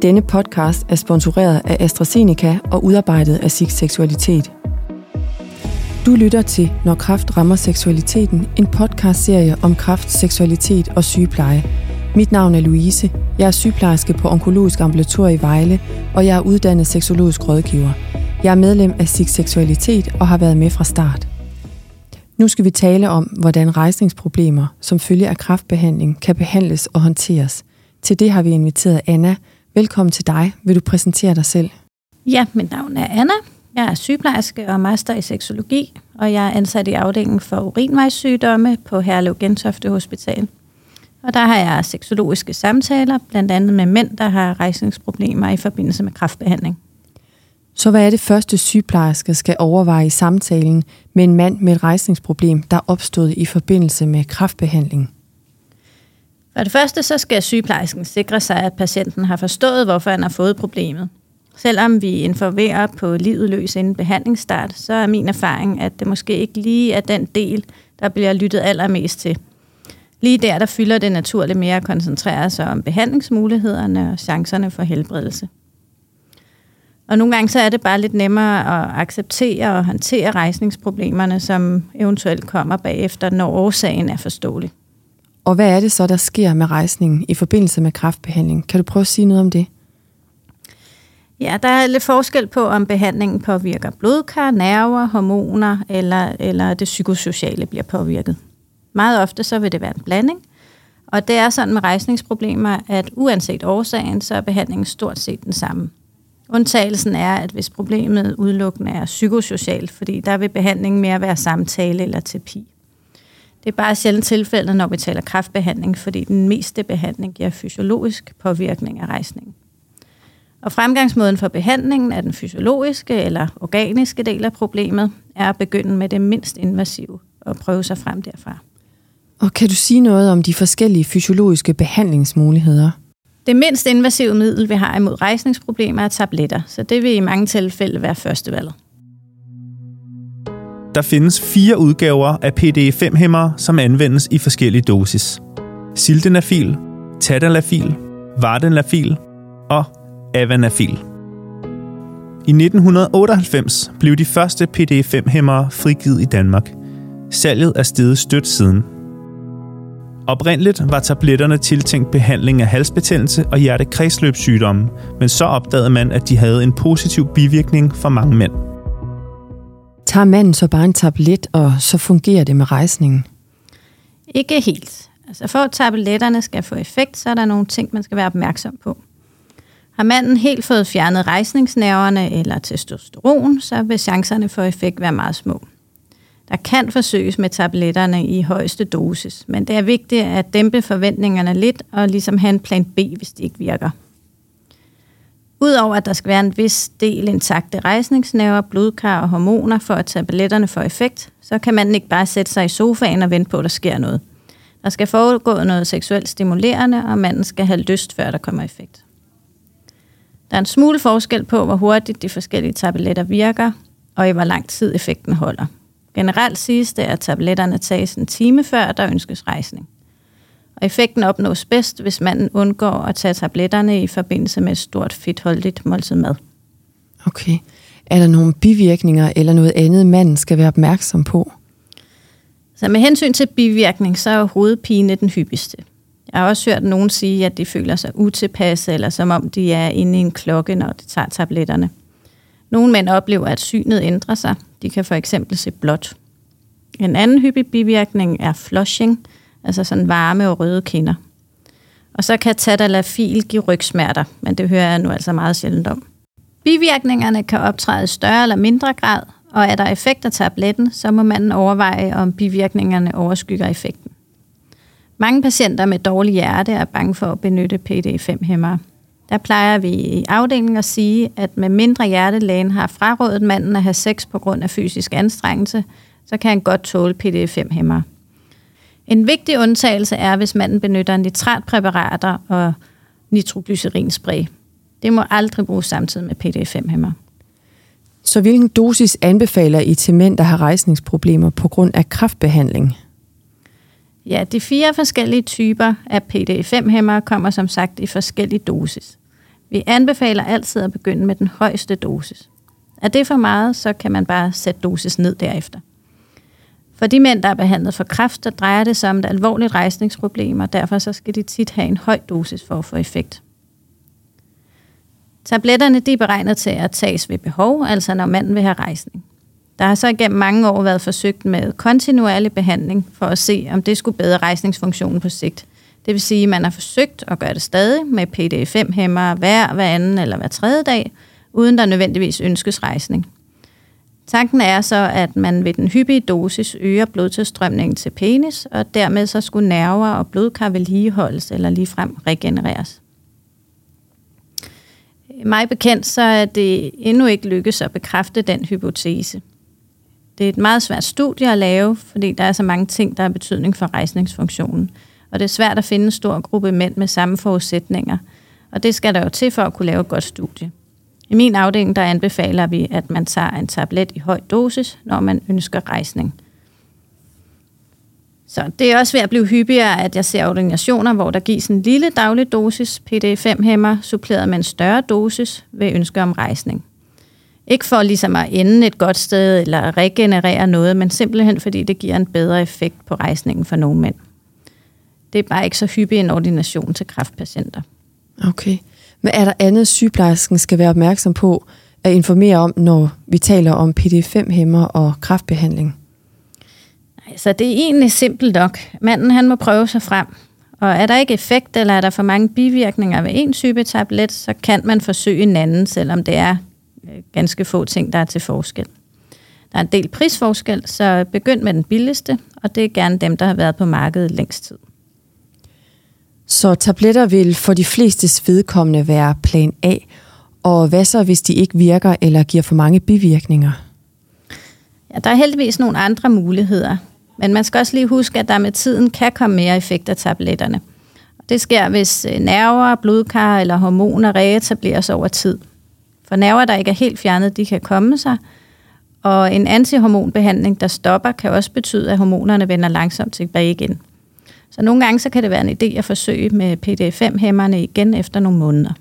Denne podcast er sponsoreret af AstraZeneca og udarbejdet af SIG Seksualitet. Du lytter til Når kræft rammer seksualiteten, en podcastserie om kræft, seksualitet og sygepleje. Mit navn er Louise. Jeg er sygeplejerske på Onkologisk Ambulatorie i Vejle, og jeg er uddannet seksologisk rådgiver. Jeg er medlem af SIG Seksualitet og har været med fra start. Nu skal vi tale om, hvordan rejsningsproblemer som følge af kræftbehandling kan behandles og håndteres. Til det har vi inviteret Anna. Velkommen til dig. Vil du præsentere dig selv? Ja, mit navn er Anna. Jeg er sygeplejerske og master i seksologi, og jeg er ansat i afdelingen for urinvejssygdomme på Herlev Gentofte Hospital. Og der har jeg seksologiske samtaler, blandt andet med mænd, der har rejsningsproblemer i forbindelse med kræftbehandling. Så hvad er det første sygeplejerske skal overveje i samtalen med en mand med et rejsningsproblem, der er opstået i forbindelse med kræftbehandling? For det første så skal sygeplejersken sikre sig, at patienten har forstået, hvorfor han har fået problemet. Selvom vi informerer på livet løs inden behandlingsstart, så er min erfaring, at det måske ikke lige er den del, der bliver lyttet allermest til. Lige der fylder det naturligt mere at koncentrere sig om behandlingsmulighederne og chancerne for helbredelse. Og nogle gange så er det bare lidt nemmere at acceptere og håndtere rejsningsproblemerne, som eventuelt kommer bagefter, når årsagen er forståelig. Og hvad er det så, der sker med rejsningen i forbindelse med kræftbehandling? Kan du prøve at sige noget om det? Ja, der er lidt forskel på, om behandlingen påvirker blodkar, nerver, hormoner eller det psykosociale bliver påvirket. Meget ofte så vil det være en blanding, og det er sådan med rejsningsproblemer, at uanset årsagen, så er behandlingen stort set den samme. Undtagelsen er, at hvis problemet udelukkende er psykosocialt, fordi der vil behandlingen mere være samtale eller terapi. Det er bare sjældent tilfældet, når vi taler kræftbehandling, fordi den meste behandling giver fysiologisk påvirkning af rejsningen. Og fremgangsmåden for behandlingen af den fysiologiske eller organiske del af problemet er at begynde med det mindst invasive og prøve sig frem derfra. Og kan du sige noget om de forskellige fysiologiske behandlingsmuligheder? Det mindst invasive middel, vi har imod rejsningsproblemer, er tabletter, så det vil i mange tilfælde være førstevalget. Der findes 4 udgaver af PDE5-hæmmere, som anvendes i forskellige dosis. Sildenafil, tadalafil, vardenafil og avanafil. I 1998 blev de første PDE5-hæmmere frigivet i Danmark. Salget er steget støt siden. Oprindeligt var tabletterne tiltænkt behandling af halsbetændelse og hjerte-kredsløbssygdomme, men så opdagede man, at de havde en positiv bivirkning for mange mænd. Tager manden så bare en tablet, og så fungerer det med rejsningen? Ikke helt. Altså for at tabletterne skal få effekt, så er der nogle ting, man skal være opmærksom på. Har manden helt fået fjernet rejsningsnerverne eller testosteron, så vil chancerne for effekt være meget små. Der kan forsøges med tabletterne i højeste dosis, men det er vigtigt at dæmpe forventningerne lidt og ligesom have en plan B, hvis de ikke virker. Udover at der skal være en vis del intakte rejsningsnerver, blodkar og hormoner for at tabletterne får effekt, så kan man ikke bare sætte sig i sofaen og vente på, at der sker noget. Der skal foregå noget seksuelt stimulerende, og manden skal have lyst, før der kommer effekt. Der er en smule forskel på, hvor hurtigt de forskellige tabletter virker, og i hvor lang tid effekten holder. Generelt siges det, at tabletterne tages en time før, der ønskes rejsning. Og effekten opnås bedst, hvis manden undgår at tage tabletterne i forbindelse med et stort fedtholdigt måltid mad. Okay. Er der nogle bivirkninger eller noget andet, manden skal være opmærksom på? Så med hensyn til bivirkning, så er hovedpine den hyppigste. Jeg har også hørt nogen sige, at de føler sig utilpasse, eller som om de er inde i en klokke, når de tager tabletterne. Nogle mænd oplever, at synet ændrer sig. De kan for eksempel se blåt. En anden hyppig bivirkning er flushing, altså sådan varme og røde kinder. Og så kan tadalafil give rygsmerter, men det hører jeg nu altså meget sjældent om. Bivirkningerne kan optræde i større eller mindre grad, og er der effekt af tabletten, så må man overveje, om bivirkningerne overskygger effekten. Mange patienter med dårlig hjerte er bange for at benytte PDE5-hæmmere. Der plejer vi i afdelingen at sige, at med mindre hjertelægen har frarådet manden at have sex på grund af fysisk anstrengelse, så kan han godt tåle PDE5-hæmmere. En vigtig undtagelse er, hvis manden benytter nitratpræparater og nitroglycerinspray. Det må aldrig bruges samtidig med PDE5-hæmmere. Så hvilken dosis anbefaler I til mænd, der har rejsningsproblemer på grund af kræftbehandling? Ja, de 4 forskellige typer af PDE5-hæmmere kommer som sagt i forskellig dosis. Vi anbefaler altid at begynde med den højeste dosis. Er det for meget, så kan man bare sætte dosis ned derefter. For de mænd, der er behandlet for kræft, der drejer det sig om et alvorligt rejsningsproblem, og derfor så skal de tit have en høj dosis for at få effekt. Tabletterne de er beregnet til at tages ved behov, altså når manden vil have rejsning. Der har så igennem mange år været forsøgt med kontinuerlig behandling for at se, om det skulle bedre rejsningsfunktionen på sigt. Det vil sige, at man har forsøgt at gøre det stadig med PDE5-hæmmere hver anden eller hver tredje dag, uden der nødvendigvis ønskes rejsning. Tanken er så, at man ved den hyppige dosis øger blodtilstrømningen til penis, og dermed så skulle nerver og blodkar vedligeholdes eller ligefrem regenereres. Mig bekendt, så er det endnu ikke lykkes at bekræfte den hypotese. Det er et meget svært studie at lave, fordi der er så mange ting, der har betydning for rejsningsfunktionen. Og det er svært at finde en stor gruppe mænd med samme forudsætninger. Og det skal der jo til for at kunne lave et godt studie. I min afdeling, der anbefaler vi, at man tager en tablet i høj dosis, når man ønsker rejsning. Så det er også ved at blive hyppigere, at jeg ser ordinationer, hvor der gives en lille daglig dosis PDE5-hæmmer, suppleret med en større dosis ved ønske om rejsning. Ikke for ligesom at ende et godt sted eller regenerere noget, men simpelthen fordi det giver en bedre effekt på rejsningen for nogle mænd. Det er bare ikke så hyppig en ordination til kræftpatienter. Okay. Men er der andet, sygeplejersken skal være opmærksom på at informere om, når vi taler om PDE5-hæmmer og kræftbehandling? Så det er egentlig simpelt nok. Manden han må prøve sig frem. Og er der ikke effekt, eller er der for mange bivirkninger ved en type tablet, så kan man forsøge en anden, selvom det er ganske få ting, der er til forskel. Der er en del prisforskel, så begynd med den billigste, og det er gerne dem, der har været på markedet længst tid. Så tabletter vil for de flestes vedkommende være plan A, og hvad så, hvis de ikke virker eller giver for mange bivirkninger? Ja, der er heldigvis nogle andre muligheder, men man skal også lige huske, at der med tiden kan komme mere effekt af tabletterne. Det sker, hvis nerver, blodkar eller hormoner reetableres over tid. For nerver, der ikke er helt fjernet, de kan komme sig, og en antihormonbehandling, der stopper, kan også betyde, at hormonerne vender langsomt tilbage igen. Så nogle gange så kan det være en idé at forsøge med PDE5-hæmmerne igen efter nogle måneder.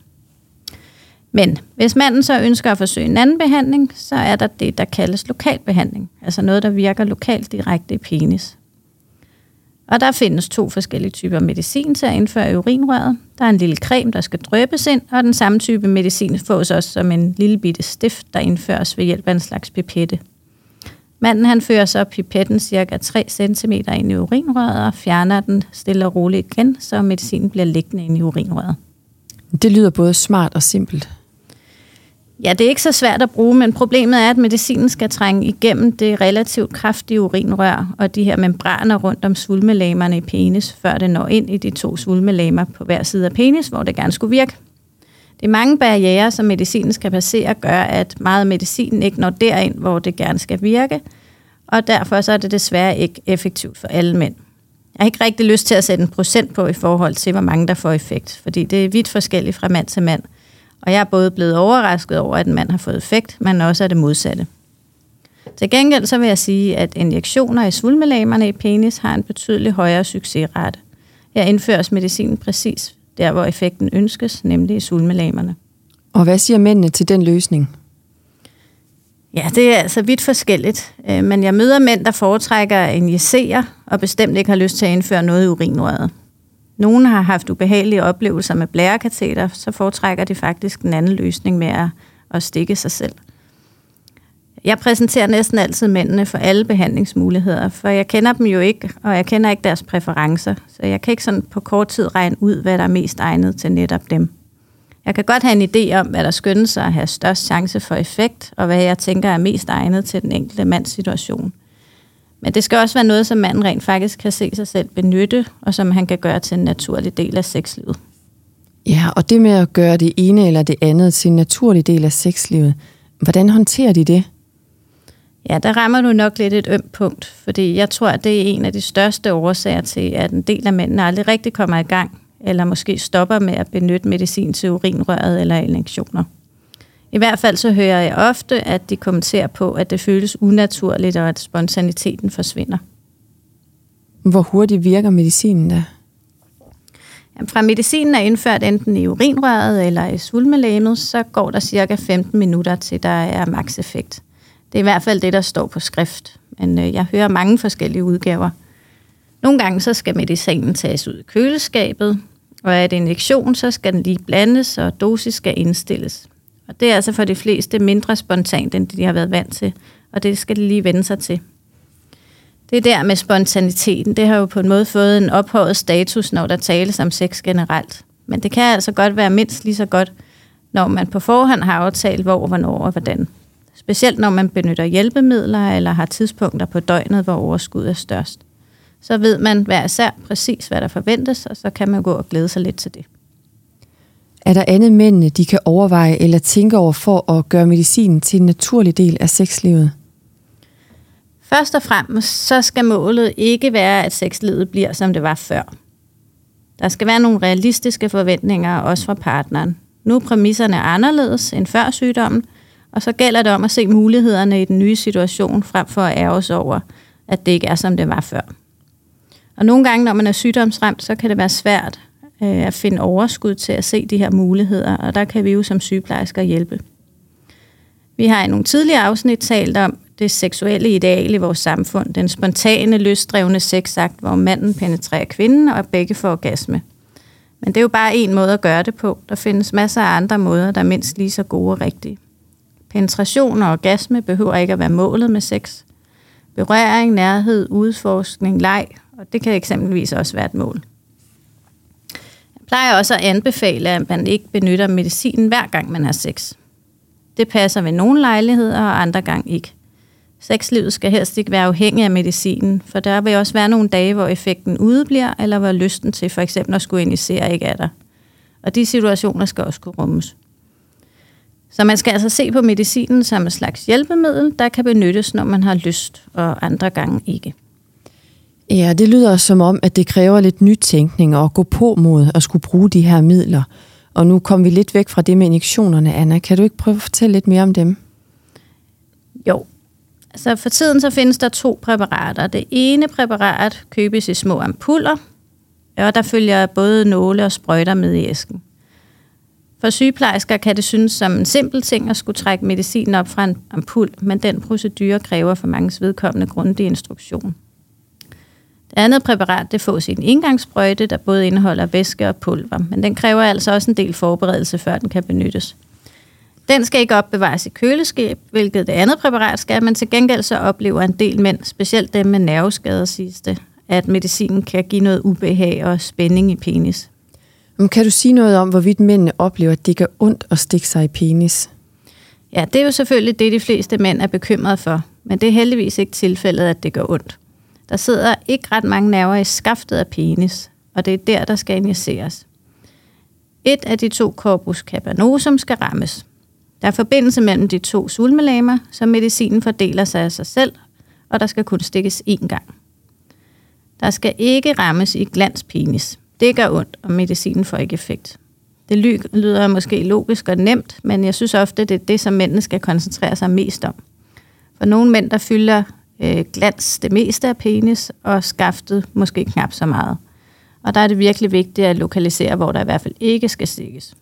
Men hvis manden så ønsker at forsøge en anden behandling, så er der det, der kaldes lokalbehandling. Altså noget, der virker lokalt direkte i penis. Og der findes 2 forskellige typer medicin til at indføre i urinrøret. Der er en lille creme, der skal dryppes ind, og den samme type medicin fås også som en lille bitte stift, der indføres ved hjælp af en slags pipette. Manden han fører så pipetten cirka 3 cm ind i urinrøret og fjerner den stille og roligt igen, så medicinen bliver liggende ind i urinrøret. Det lyder både smart og simpelt. Ja, det er ikke så svært at bruge, men problemet er, at medicinen skal trænge igennem det relativt kraftige urinrør og de her membraner rundt om svulmelægerne i penis, før det når ind i de 2 svulmelægmer på hver side af penis, hvor det gerne skulle virke. Det er mange barrierer, som medicinen skal passere, gør, at meget af medicinen ikke når derind, hvor det gerne skal virke, og derfor så er det desværre ikke effektivt for alle mænd. Jeg har ikke rigtig lyst til at sætte en procent på i forhold til, hvor mange der får effekt, fordi det er vidt forskelligt fra mand til mand. Og jeg er både blevet overrasket over, at en mand har fået effekt, men også af det modsatte. Til gengæld så vil jeg sige, at injektioner i svulmelægerne i penis har en betydelig højere succesrate. Her indføres medicinen præcis der, hvor effekten ønskes, nemlig i svulmelægerne. Og hvad siger mændene til den løsning? Ja, det er altså vidt forskelligt. Men jeg møder mænd, der foretrækker at injicere, og bestemt ikke har lyst til at indføre noget i urinrøret. Nogle har haft ubehagelige oplevelser med blærekateter, så foretrækker de faktisk den anden løsning med at stikke sig selv. Jeg præsenterer næsten altid mændene for alle behandlingsmuligheder, for jeg kender dem jo ikke, og jeg kender ikke deres præferencer, så jeg kan ikke sådan på kort tid regne ud, hvad der er mest egnet til netop dem. Jeg kan godt have en idé om, hvad der skyndes sig at have størst chance for effekt, og hvad jeg tænker er mest egnet til den enkelte mands situation. Men det skal også være noget, som manden rent faktisk kan se sig selv benytte, og som han kan gøre til en naturlig del af sexlivet. Ja, og det med at gøre det ene eller det andet til en naturlig del af sexlivet, hvordan håndterer de det? Ja, der rammer du nok lidt et ømt punkt, fordi jeg tror, at det er en af de største årsager til, at en del af mændene aldrig rigtig kommer i gang, eller måske stopper med at benytte medicin til urinrøret eller injektioner. I hvert fald så hører jeg ofte, at de kommenterer på, at det føles unaturligt, og at spontaniteten forsvinder. Hvor hurtigt virker medicinen da? Fra medicinen er indført enten i urinrøret eller i svulmelægemet, så går der cirka 15 minutter til, der er makseffekt. Det er i hvert fald det, der står på skrift. Men jeg hører mange forskellige udgaver. Nogle gange så skal medicinen tages ud i køleskabet, og er det en injektion, så skal den lige blandes, og dosis skal indstilles. Og det er altså for de fleste mindre spontant, end de har været vant til, og det skal de lige vende sig til. Det der med spontaniteten, det har jo på en måde fået en ophøjet status, når der tales om sex generelt. Men det kan altså godt være mindst lige så godt, når man på forhånd har aftalt hvor, hvornår og hvordan. Specielt når man benytter hjælpemidler eller har tidspunkter på døgnet, hvor overskud er størst. Så ved man hver især præcis, hvad der forventes, og så kan man gå og glæde sig lidt til det. Er der andet mændene, de kan overveje eller tænke over for at gøre medicinen til en naturlig del af sexlivet? Først og fremmest, så skal målet ikke være, at sexlivet bliver, som det var før. Der skal være nogle realistiske forventninger, også fra partneren. Nu er præmisserne anderledes end før sygdommen, og så gælder det om at se mulighederne i den nye situation, frem for at ærge sig over, at det ikke er, som det var før. Og nogle gange, når man er sygdomsramt, så kan det være svært at finde overskud til at se de her muligheder, og der kan vi jo som sygeplejersker hjælpe. Vi har i nogle tidligere afsnit talt om det seksuelle ideal i vores samfund, den spontane, lystdrevne sexakt, hvor manden penetrerer kvinden, og begge får orgasme. Men det er jo bare en måde at gøre det på. Der findes masser af andre måder, der er mindst lige så gode og rigtige. Penetration og orgasme behøver ikke at være målet med sex. Berøring, nærhed, udforskning, leg, og det kan eksempelvis også være et mål. Jeg plejer også at anbefale, at man ikke benytter medicinen hver gang man har sex. Det passer ved nogle lejligheder og andre gang ikke. Sexlivet skal helst ikke være afhængig af medicinen, for der vil også være nogle dage, hvor effekten udebliver, eller hvor lysten til for eksempel at skulle injicere ikke er der. Og de situationer skal også kunne rummes. Så man skal altså se på medicinen som en slags hjælpemiddel, der kan benyttes, når man har lyst, og andre gange ikke. Ja, det lyder som om, at det kræver lidt nytænkning at gå på mod at skulle bruge de her midler. Og nu kom vi lidt væk fra det med injektionerne, Anna. Kan du ikke prøve at fortælle lidt mere om dem? Jo. Altså for tiden så findes der 2 præparater. Det ene præparat købes i små ampuller, og der følger både nåle og sprøjter med i æsken. For sygeplejersker kan det synes som en simpel ting at skulle trække medicin op fra en ampul, men den procedure kræver for manges vedkommende grundig instruktion. Det andet præparat, det fås i en engangssprøjte, der både indeholder væske og pulver, men den kræver altså også en del forberedelse, før den kan benyttes. Den skal ikke opbevares i køleskab, hvilket det andet præparat skal, men til gengæld så oplever en del mænd, specielt dem med nerveskader, siges det, at medicinen kan give noget ubehag og spænding i penis. Kan du sige noget om, hvorvidt mændene oplever, at det gør ondt at stikke sig i penis? Ja, det er jo selvfølgelig det, de fleste mænd er bekymrede for, men det er heldigvis ikke tilfældet, at det gør ondt. Der sidder ikke ret mange nerver i skaftet af penis, og det er der skal injiceres. Et af de 2 corpus cavernosum skal rammes. Der er forbindelse mellem de 2 svulmelegemer, så medicinen fordeler sig af sig selv, og der skal kun stikkes 1 gang. Der skal ikke rammes i glanspenis. Det gør ondt, og medicinen får ikke effekt. Det lyder måske logisk og nemt, men jeg synes ofte, det er det, som mændene skal koncentrere sig mest om. For nogle mænd, der fylder glans det meste af penis, og skaftet måske knap så meget. Og der er det virkelig vigtigt at lokalisere, hvor der i hvert fald ikke skal stikkes.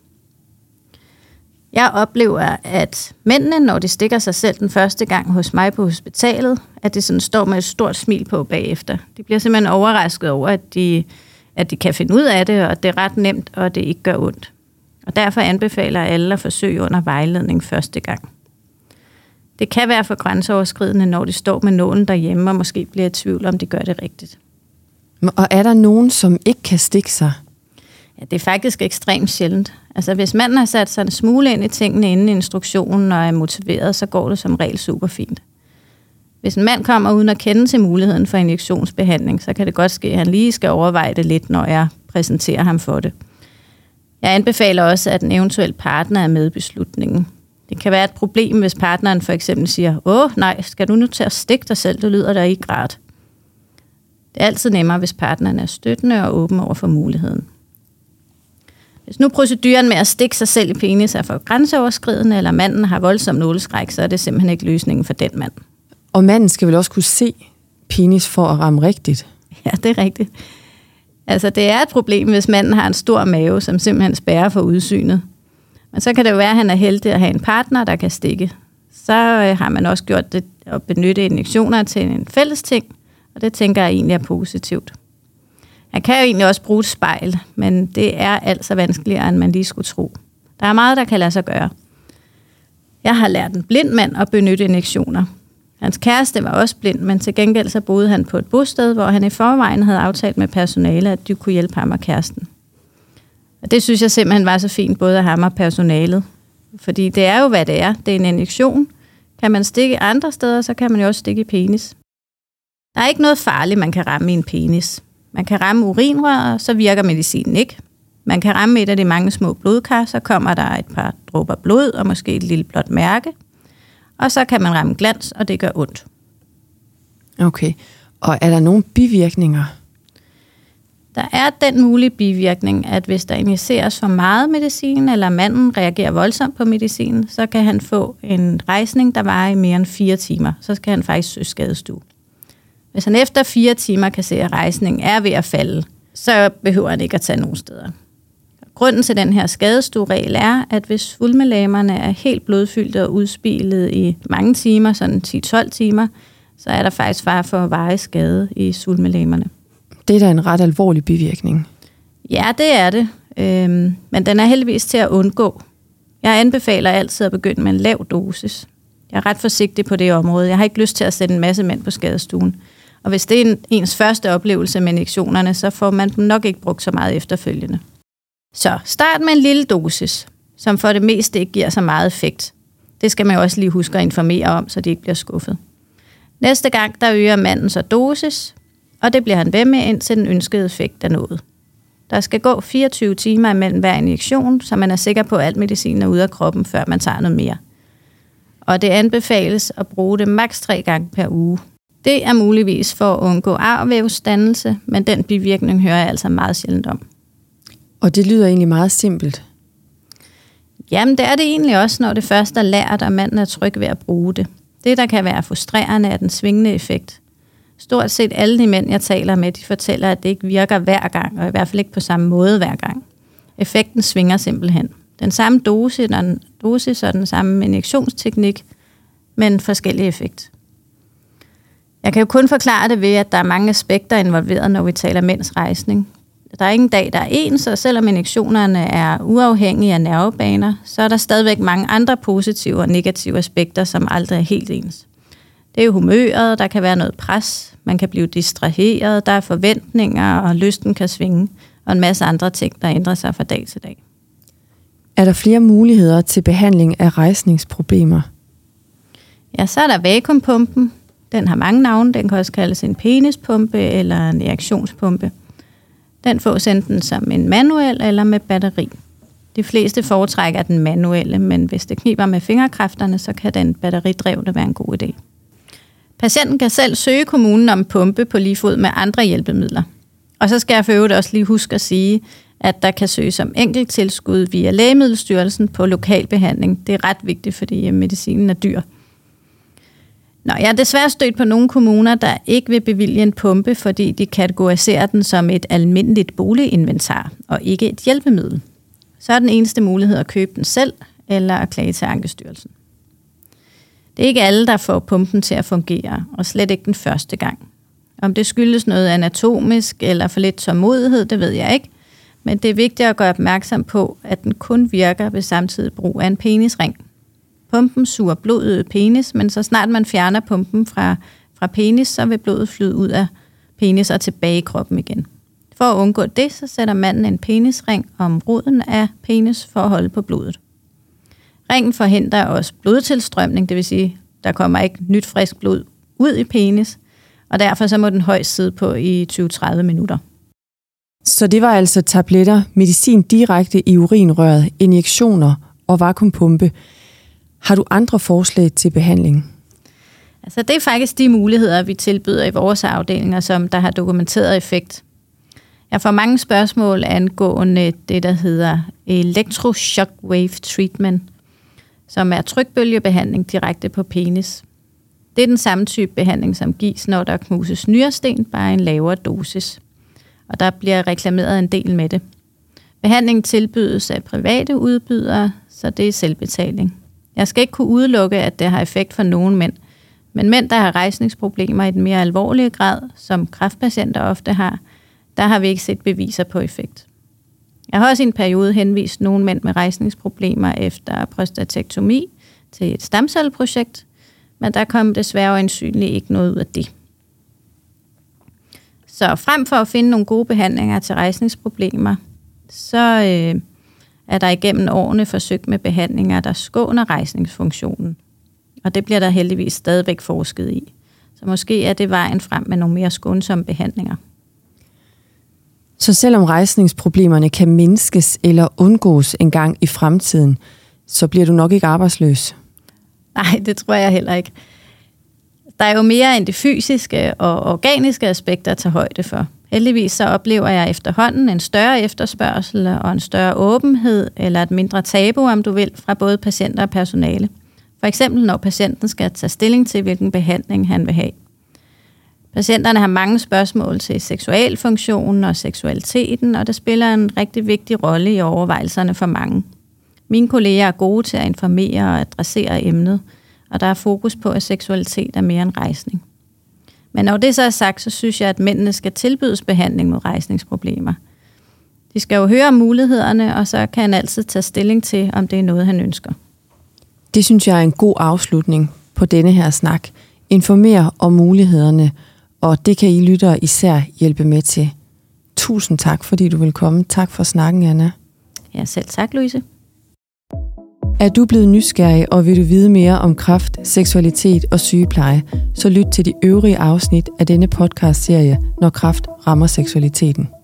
Jeg oplever, at mændene, når de stikker sig selv den første gang hos mig på hospitalet, at de sådan står med et stort smil på bagefter. De bliver simpelthen overrasket over, at de kan finde ud af det, og det er ret nemt, og det ikke gør ondt. Og derfor anbefaler alle at forsøge under vejledning første gang. Det kan være for grænseoverskridende, når de står med nålen derhjemme, og måske bliver i tvivl, om de gør det rigtigt. Og er der nogen, som ikke kan stikke sig? Ja, det er faktisk ekstremt sjældent. Altså, hvis manden har sat sig en smule ind i tingene inden instruktionen og er motiveret, så går det som regel super fint. Hvis en mand kommer uden at kende til muligheden for injektionsbehandling, så kan det godt ske, at han lige skal overveje det lidt, når jeg præsenterer ham for det. Jeg anbefaler også, at en eventuel partner er med i beslutningen. Det kan være et problem, hvis partneren for eksempel siger, nej, skal du nu til at stikke dig selv, det lyder da ikke rart. Det er altid nemmere, hvis partneren er støttende og åben over for muligheden. Hvis nu proceduren med at stikke sig selv i penis er for grænseoverskridende, eller manden har voldsom nåleskræk, så er det simpelthen ikke løsningen for den mand. Og manden skal vel også kunne se penis for at ramme rigtigt? Ja, det er rigtigt. Altså, det er et problem, hvis manden har en stor mave, som simpelthen spærrer for udsynet. Men så kan det jo være, at han er heldig at have en partner, der kan stikke. Så har man også gjort det at benytte injektioner til en fælles ting, og det tænker jeg egentlig er positivt. Han kan jo egentlig også bruge et spejl, men det er altså vanskeligere, end man lige skulle tro. Der er meget, der kan lade sig gøre. Jeg har lært en blind mand at benytte injektioner. Hans kæreste var også blind, men til gengæld så boede han på et bosted, hvor han i forvejen havde aftalt med personale, at de kunne hjælpe ham og kæresten. Og det synes jeg simpelthen var så fint, både af ham og personalet. Fordi det er jo, hvad det er. Det er en injektion. Kan man stikke andre steder, så kan man jo også stikke i penis. Der er ikke noget farligt, man kan ramme i en penis. Man kan ramme urinrør, så virker medicinen ikke. Man kan ramme et af de mange små blodkar, så kommer der et par dråber blod og måske et lille blåt mærke. Og så kan man ramme glans, og det gør ondt. Okay. Og er der nogle bivirkninger? Der er den mulige bivirkning, at hvis der injiceres for meget medicin, eller manden reagerer voldsomt på medicinen, så kan han få en rejsning, der varer i mere end 4 timer. Så skal han faktisk søge skadestue. Hvis han efter 4 timer kan se, at rejsningen er ved at falde, så behøver han ikke at tage nogen steder. Grunden til den her skadestueregel er, at hvis svulmelægerne er helt blodfyldte og udspilet i mange timer, sådan 10-12 timer, så er der faktisk fare for varig skade i svulmelægerne. Det er da en ret alvorlig bivirkning. Ja, det er det. Men den er heldigvis til at undgå. Jeg anbefaler altid at begynde med en lav dosis. Jeg er ret forsigtig på det område. Jeg har ikke lyst til at sætte en masse mænd på skadestuen. Og hvis det er ens første oplevelse med injektionerne, så får man dem nok ikke brugt så meget efterfølgende. Så start med en lille dosis, som for det meste ikke giver så meget effekt. Det skal man jo også lige huske at informere om, så de ikke bliver skuffet. Næste gang, der øger manden så dosis, og det bliver han ved med, indtil den ønskede effekt er nået. Der skal gå 24 timer imellem hver injektion, så man er sikker på, at al medicin er ude af kroppen, før man tager noget mere. Og det anbefales at bruge det maks 3 gange per uge. Det er muligvis for at undgå arvævsdannelse, men den bivirkning hører jeg altså meget sjældent om. Og det lyder egentlig meget simpelt. Jamen, det er det egentlig også, når det først er lært, og manden er tryg ved at bruge det. Det, der kan være frustrerende, er den svingende effekt. Stort set alle de mænd, jeg taler med, de fortæller, at det ikke virker hver gang, og i hvert fald ikke på samme måde hver gang. Effekten svinger simpelthen. Den samme dosis og den samme injektionsteknik, men forskellig effekt. Jeg kan jo kun forklare det ved, at der er mange aspekter involveret, når vi taler mænds rejsning. Der er ingen dag, der er ens, og selvom injektionerne er uafhængige af nervebaner, så er der stadigvæk mange andre positive og negative aspekter, som aldrig er helt ens. Det er jo humøret, der kan være noget pres, man kan blive distraheret, der er forventninger, og lysten kan svinge, og en masse andre ting, der ændrer sig fra dag til dag. Er der flere muligheder til behandling af rejsningsproblemer? Ja, så er der vakuumpumpen. Den har mange navne. Den kan også kaldes en penispumpe eller en erektionspumpe. Den fås enten som en manuel eller med batteri. De fleste foretrækker den manuelle, men hvis det kniber med fingerkræfterne, så kan den batteridrevne være en god idé. Patienten kan selv søge kommunen om pumpe på lige fod med andre hjælpemidler. Og så skal jeg for øvrigt også lige huske at sige, at der kan søges om enkelttilskud via Lægemiddelstyrelsen på lokalbehandling. Det er ret vigtigt, fordi medicinen er dyr. Jeg er desværre stødt på nogle kommuner, der ikke vil bevilge en pumpe, fordi de kategoriserer den som et almindeligt boliginventar og ikke et hjælpemiddel. Så er den eneste mulighed at købe den selv eller at klage til Ankestyrelsen. Det er ikke alle, der får pumpen til at fungere, og slet ikke den første gang. Om det skyldes noget anatomisk eller for lidt tålmodighed, det ved jeg ikke. Men det er vigtigt at gøre opmærksom på, at den kun virker ved samtidig brug af en penisring. Pumpen suger blodet ud af penis, men så snart man fjerner pumpen fra penis, så vil blodet flyde ud af penis og tilbage i kroppen igen. For at undgå det, så sætter manden en penisring om roden af penis for at holde på blodet. Ringen forhindrer også blodtilstrømning, det vil sige, der kommer ikke nyt frisk blod ud i penis, og derfor så må den højst sidde på i 20-30 minutter. Så det var altså tabletter, medicin direkte i urinrøret, injektioner og vakuumpumpe. Har du andre forslag til behandling? Altså det er faktisk de muligheder, vi tilbyder i vores afdelinger, som der har dokumenteret effekt. Jeg får mange spørgsmål angående det, der hedder electroshockwave treatment, som er trykbølgebehandling direkte på penis. Det er den samme type behandling, som gives, når der knuses nyresten, bare en lavere dosis. og der bliver reklameret en del med det. Behandlingen tilbydes af private udbydere, så det er selvbetaling. Jeg skal ikke kunne udelukke, at det har effekt for nogle mænd, men mænd, der har rejsningsproblemer i den mere alvorlige grad, som kræftpatienter ofte har, der har vi ikke set beviser på effekt. Jeg har også i en periode henvist nogle mænd med rejsningsproblemer efter prostatektomi til et stamcelleprojekt, men der kom desværre øjensynligt ikke noget ud af det. Så frem for at finde nogle gode behandlinger til rejsningsproblemer, så er der igennem årene forsøgt med behandlinger, der skåner rejsningsfunktionen. Og det bliver der heldigvis stadigvæk forsket i. Så måske er det vejen frem med nogle mere skånsomme behandlinger. Så selvom rejsningsproblemerne kan mindskes eller undgås en gang i fremtiden, så bliver du nok ikke arbejdsløs? Nej, det tror jeg heller ikke. Der er jo mere end de fysiske og organiske aspekter at tage højde for. Heldigvis så oplever jeg efterhånden en større efterspørgsel og en større åbenhed, eller et mindre tabu, om du vil, fra både patienter og personale. For eksempel når patienten skal tage stilling til, hvilken behandling han vil have. Patienterne har mange spørgsmål til seksualfunktionen og seksualiteten, og det spiller en rigtig vigtig rolle i overvejelserne for mange. Mine kolleger er gode til at informere og adressere emnet, og der er fokus på, at seksualitet er mere end rejsning. Men når det så er sagt, så synes jeg, at mændene skal tilbydes behandling mod rejsningsproblemer. De skal jo høre om mulighederne, og så kan han altid tage stilling til, om det er noget, han ønsker. Det synes jeg er en god afslutning på denne her snak. Informer om mulighederne, og det kan I lyttere især hjælpe med til. Tusind tak, fordi du vil komme. Tak for snakken, Anna. Ja, selv tak, Louise. Er du blevet nysgerrig, og vil du vide mere om kræft, seksualitet og sygepleje, så lyt til de øvrige afsnit af denne podcastserie, Når kræft rammer seksualiteten.